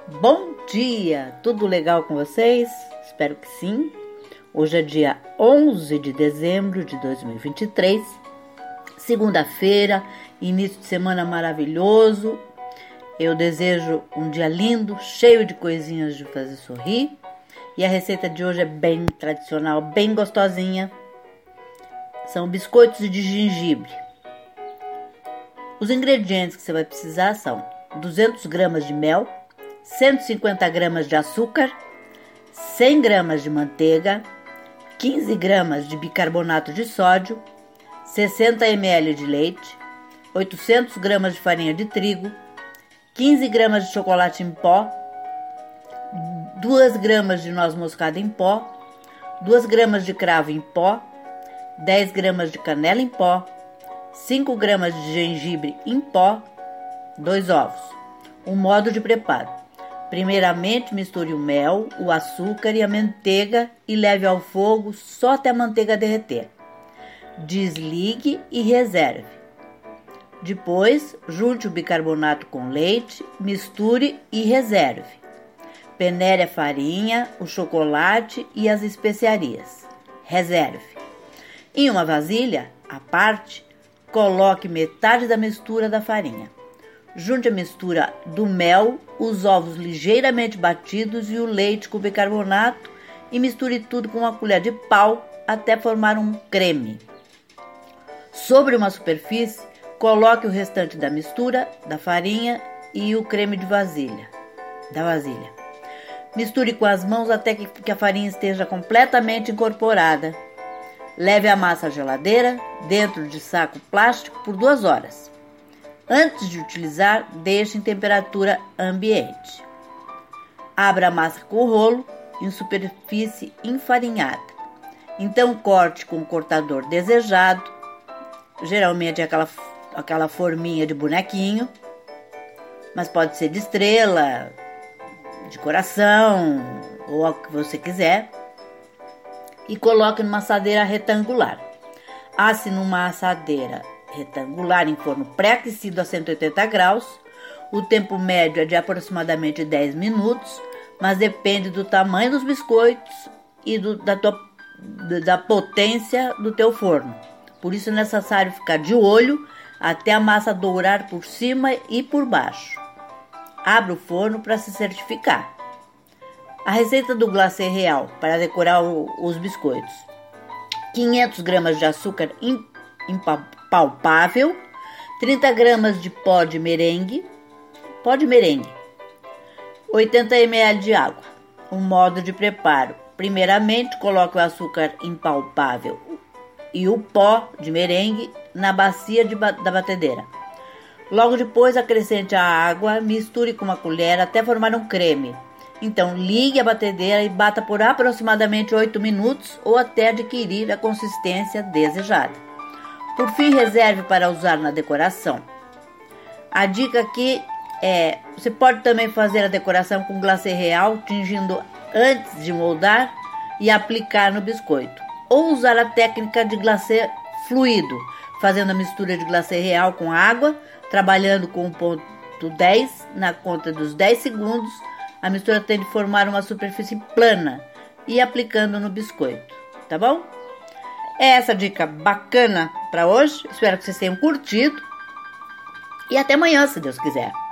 Bom dia! Tudo legal com vocês? Espero que sim. Hoje é dia 11 de dezembro de 2023, segunda-feira, início de semana maravilhoso. Eu desejo um dia lindo, cheio de coisinhas de fazer sorrir. E a receita de hoje é bem tradicional, bem gostosinha. São biscoitos de gengibre. Os ingredientes que você vai precisar são 200 gramas de mel, 150 gramas de açúcar, 100 gramas de manteiga, 15 gramas de bicarbonato de sódio, 60 ml de leite, 800 gramas de farinha de trigo, 15 gramas de chocolate em pó, 2 gramas de noz moscada em pó, 2 gramas de cravo em pó, 10 gramas de canela em pó, 5 gramas de gengibre em pó, 2 ovos. O modo de preparo. Primeiramente, misture o mel, o açúcar e a manteiga e leve ao fogo só até a manteiga derreter. Desligue e reserve. Depois, junte o bicarbonato com leite, misture e reserve. Peneire a farinha, o chocolate e as especiarias. Reserve. Em uma vasilha, à parte, coloque metade da mistura da farinha. Junte a mistura do mel, os ovos ligeiramente batidos e o leite com bicarbonato e misture tudo com uma colher de pau até formar um creme. Sobre uma superfície, coloque o restante da mistura, da farinha e o creme da vasilha. Misture com as mãos até que a farinha esteja completamente incorporada. Leve a massa à geladeira, dentro de saco plástico, por 2 horas. Antes de utilizar, deixe em temperatura ambiente. Abra a massa com o rolo em superfície enfarinhada. Então corte com o cortador desejado, geralmente é aquela forminha de bonequinho, mas pode ser de estrela, de coração, ou o que você quiser. E coloque numa assadeira retangular. Asse numa assadeira retangular em forno pré-aquecido a 180 graus. O tempo médio é de aproximadamente 10 minutos, mas depende do tamanho dos biscoitos e da potência do teu forno. Por isso é necessário ficar de olho até a massa dourar por cima e por baixo. Abra o forno para se certificar. A receita do glacê real para decorar os biscoitos: 500 gramas de açúcar impalpável, 30 gramas de pó de merengue, 80 ml de água. O modo de preparo: primeiramente, coloque o açúcar impalpável e o pó de merengue na bacia da batedeira. Logo depois, acrescente a água, misture com uma colher até formar um creme. Então, ligue a batedeira e bata por aproximadamente 8 minutos ou até adquirir a consistência desejada. Por fim, reserve para usar na decoração. A dica aqui é: você pode também fazer a decoração com glacê real, tingindo antes de moldar e aplicar no biscoito. Ou usar a técnica de glacê fluido, fazendo a mistura de glacê real com água, trabalhando com o ponto 10 na conta dos 10 segundos. A mistura tem de formar uma superfície plana e aplicando no biscoito, tá bom? É essa dica bacana para hoje. Espero que vocês tenham curtido. E até amanhã, se Deus quiser.